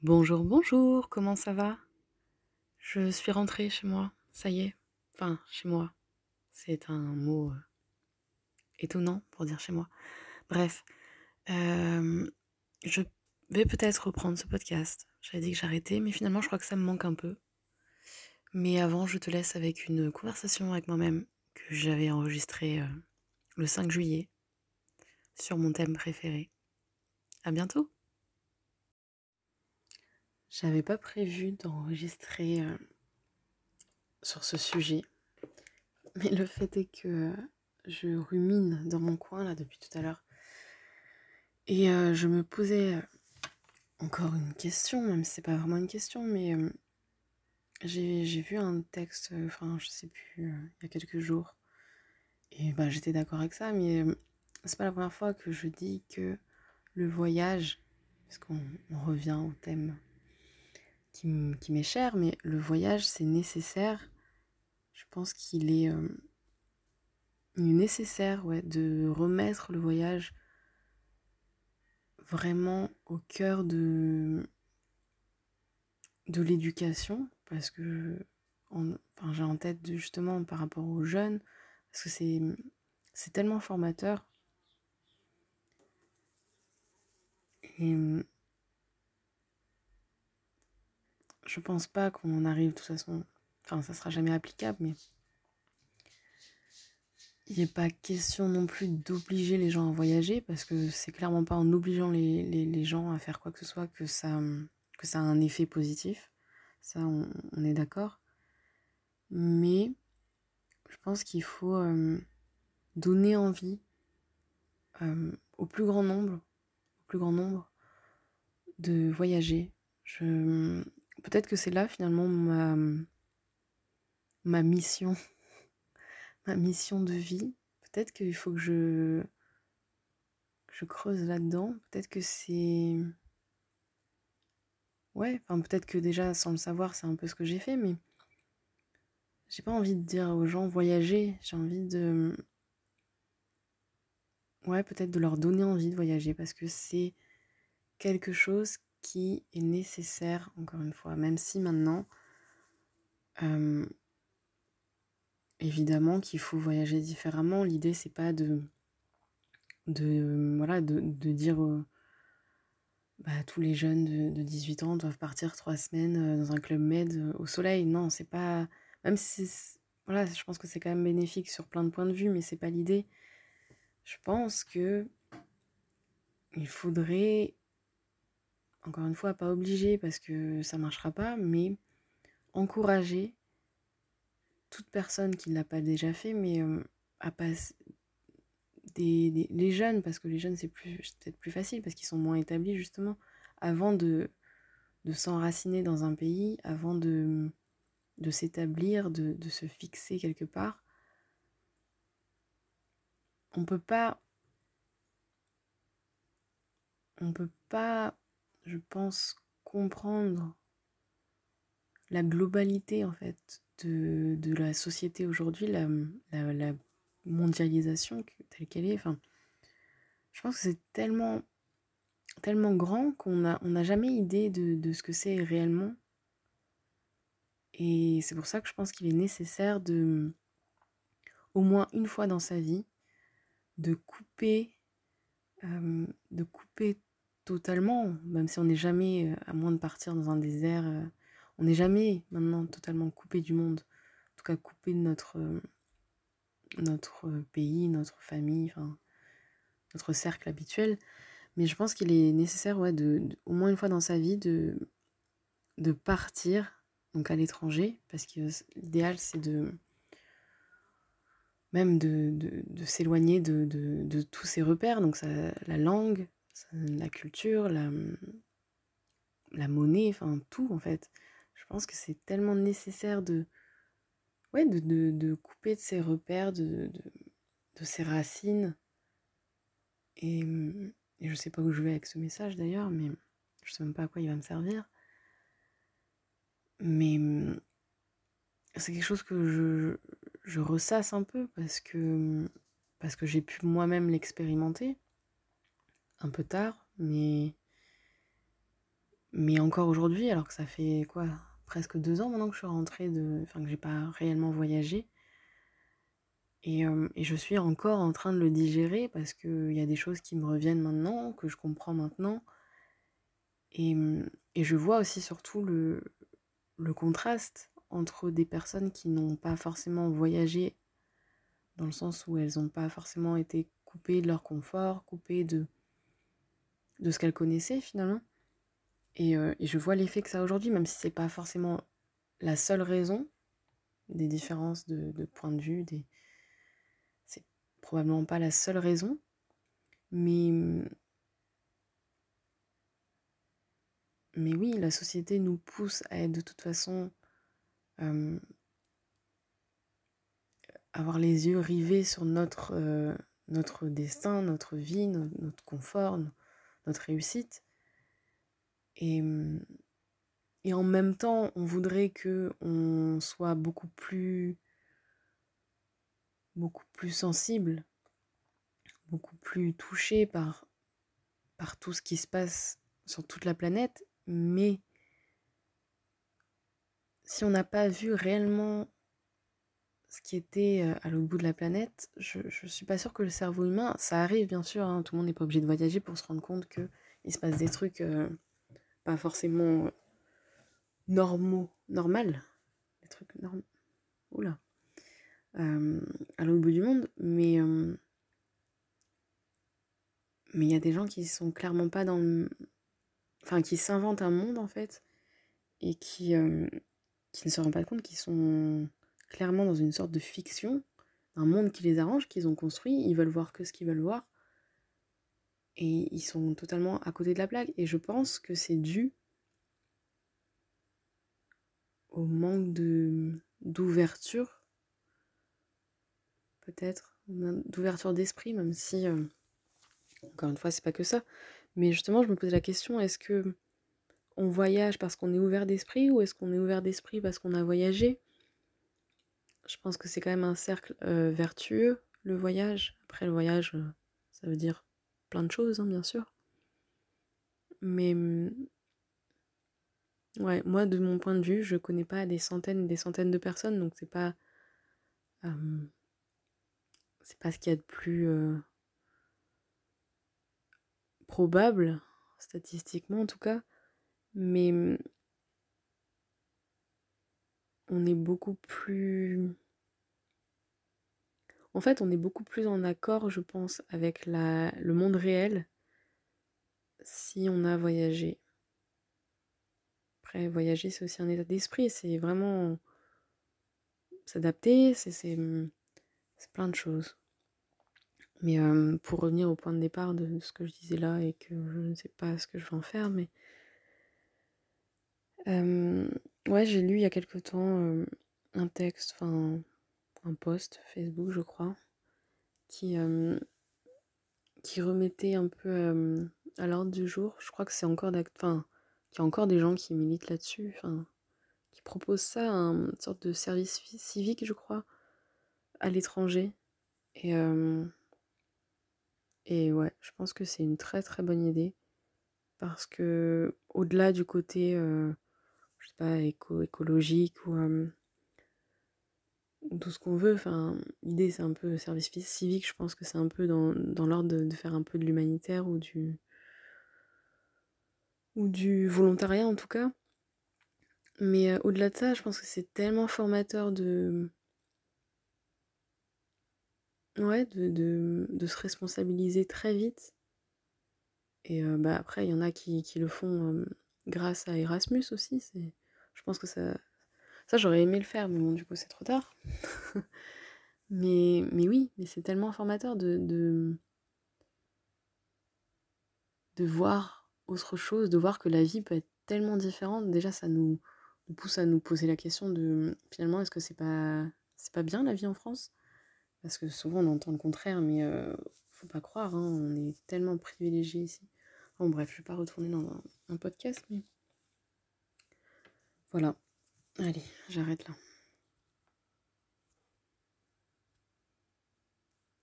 Bonjour, bonjour, comment ça va? Je suis rentrée chez moi, ça y est. Enfin, chez moi, c'est un mot étonnant pour dire chez moi. Bref, euh, je vais peut-être reprendre ce podcast. J'avais dit que j'arrêtais, mais finalement, je crois que ça me manque un peu. Mais avant, je te laisse avec une conversation avec moi-même que j'avais enregistrée le 5 juillet sur mon thème préféré. À bientôt! J'avais pas prévu d'enregistrer sur ce sujet. Mais le fait est que je rumine dans mon coin là depuis tout à l'heure. Et je me posais encore une question, même si c'est pas vraiment une question, mais j'ai vu un texte, enfin je sais plus, il y a quelques jours. Et bah j'étais d'accord avec ça, mais c'est pas la première fois que je dis que le voyage, parce qu'on revient au thème qui m'est cher, mais le voyage c'est nécessaire. Je pense il est nécessaire de remettre le voyage vraiment au cœur de l'éducation, parce que enfin, j'ai en tête justement par rapport aux jeunes, parce que c'est tellement formateur. Et je pense pas qu'on en arrive de toute façon, enfin ça sera jamais applicable, mais il n'est pas question non plus d'obliger les gens à voyager, parce que c'est clairement pas en obligeant les gens à faire quoi que ce soit que ça a un effet positif. Ça, on est d'accord. Mais je pense qu'il faut donner envie au plus grand nombre, de voyager. Peut-être que c'est là finalement ma mission, ma mission de vie. Peut-être qu'il faut que je creuse là-dedans. Peut-être que c'est... Ouais, enfin peut-être que déjà sans le savoir c'est un peu ce que j'ai fait, mais j'ai pas envie de dire aux gens voyager. J'ai envie de... Ouais, peut-être de leur donner envie de voyager parce que c'est quelque chose qui est nécessaire, encore une fois, même si maintenant, évidemment qu'il faut voyager différemment. L'idée, c'est pas de dire tous les jeunes de 18 ans doivent partir 3 semaines dans un club med au soleil. Non, c'est pas... Même si, voilà, je pense que c'est quand même bénéfique sur plein de points de vue, mais c'est pas l'idée. Je pense que il faudrait, encore une fois, pas obliger parce que ça marchera pas, mais encourager toute personne qui ne l'a pas déjà fait, mais à passer les jeunes, parce que les jeunes c'est peut-être plus facile parce qu'ils sont moins établis justement, avant de s'enraciner dans un pays, avant de s'établir, de se fixer quelque part. On peut pas, je pense, comprendre la globalité en fait de la société aujourd'hui, la mondialisation telle qu'elle est. Enfin, je pense que c'est tellement grand on n'a jamais idée de ce que c'est réellement. Et c'est pour ça que je pense qu'il est nécessaire au moins une fois dans sa vie, de couper, de couper totalement, même si on n'est jamais, à moins de partir dans un désert, on n'est jamais maintenant totalement coupé du monde. En tout cas, coupé de notre pays, notre famille, enfin, notre cercle habituel. Mais je pense qu'il est nécessaire, au moins une fois dans sa vie, de partir, donc à l'étranger, parce que l'idéal, c'est même de s'éloigner de tous ces repères, donc ça, la langue, la culture, la monnaie, enfin tout en fait. Je pense que c'est tellement nécessaire de couper de ces repères, de ces racines. Et je sais pas où je vais avec ce message d'ailleurs, mais je sais même pas à quoi il va me servir. Mais c'est quelque chose que je ressasse un peu parce que j'ai pu moi-même l'expérimenter un peu tard, mais Mais encore aujourd'hui, alors que ça fait quoi, presque 2 ans maintenant que je suis rentrée que j'ai pas réellement voyagé. Et je suis encore en train de le digérer parce qu'il y a des choses qui me reviennent maintenant, que je comprends maintenant. Et je vois aussi surtout le contraste entre des personnes qui n'ont pas forcément voyagé, dans le sens où elles n'ont pas forcément été coupées de leur confort, coupées de ce qu'elles connaissaient finalement. Et je vois l'effet que ça a aujourd'hui, même si c'est pas forcément la seule raison des différences de point de vue, c'est probablement pas la seule raison, mais, mais oui, la société nous pousse à être de toute façon, euh, avoir les yeux rivés sur notre destin, notre vie, notre confort, notre réussite. Et, et en même temps, on voudrait que on soit beaucoup plus sensible, beaucoup plus touché par tout ce qui se passe sur toute la planète. Mais si on n'a pas vu réellement ce qui était à l'autre bout de la planète, je suis pas sûre que le cerveau humain, ça arrive bien sûr, hein, tout le monde n'est pas obligé de voyager pour se rendre compte qu'il se passe des trucs pas forcément normal, des trucs normaux, oula, à l'autre bout du monde, mais il y a des gens qui sont clairement pas dans le... Enfin, qui s'inventent un monde en fait, et qui ne se rendent pas compte qu'ils sont clairement dans une sorte de fiction, un monde qui les arrange, qu'ils ont construit, ils veulent voir que ce qu'ils veulent voir, et ils sont totalement à côté de la plaque. Et je pense que c'est dû au manque d'ouverture, peut-être, d'ouverture d'esprit, même si, encore une fois, c'est pas que ça. Mais justement, je me posais la question, est-ce que on voyage parce qu'on est ouvert d'esprit, ou est-ce qu'on est ouvert d'esprit parce qu'on a voyagé? Je pense que c'est quand même un cercle vertueux, le voyage. Après, le voyage, ça veut dire plein de choses, hein, bien sûr. Mais ouais, moi, de mon point de vue, je connais pas des centaines et des centaines de personnes, donc euh, c'est pas ce qu'il y a de plus probable, statistiquement en tout cas. Mais on est beaucoup plus... En fait, on est beaucoup plus en accord, je pense, avec le monde réel si on a voyagé. Après, voyager, c'est aussi un état d'esprit, c'est vraiment s'adapter, c'est plein de choses. Mais pour revenir au point de départ de ce que je disais là, et que je ne sais pas ce que je vais en faire, mais ouais, j'ai lu il y a quelque temps un texte, enfin un post Facebook, je crois, qui, qui remettait un peu à l'ordre du jour. Je crois que c'est encore enfin, qu'il y a encore des gens qui militent là-dessus, enfin, qui proposent ça, une sorte de service civique, je crois, à l'étranger. Et, et ouais, je pense que c'est une très très bonne idée, parce que au-delà du côté, je sais pas, écologique ou tout ce qu'on veut, enfin, l'idée c'est un peu service civique, je pense que c'est un peu dans l'ordre de faire un peu de l'humanitaire ou du volontariat en tout cas. Mais au-delà de ça, je pense que c'est tellement formateur ouais, de se responsabiliser très vite. Et bah après, il y en a qui le font grâce à Erasmus aussi. Je pense que ça j'aurais aimé le faire, mais bon, du coup, c'est trop tard. Mais oui, mais c'est tellement formateur de voir autre chose, de voir que la vie peut être tellement différente. Déjà, ça nous pousse à nous poser la question de finalement, est-ce que c'est pas bien la vie en France? Parce que souvent on entend le contraire, mais faut pas croire, hein, on est tellement privilégiés ici. Bon, bref, je vais pas retourner dans un podcast, mais voilà. Allez, j'arrête là.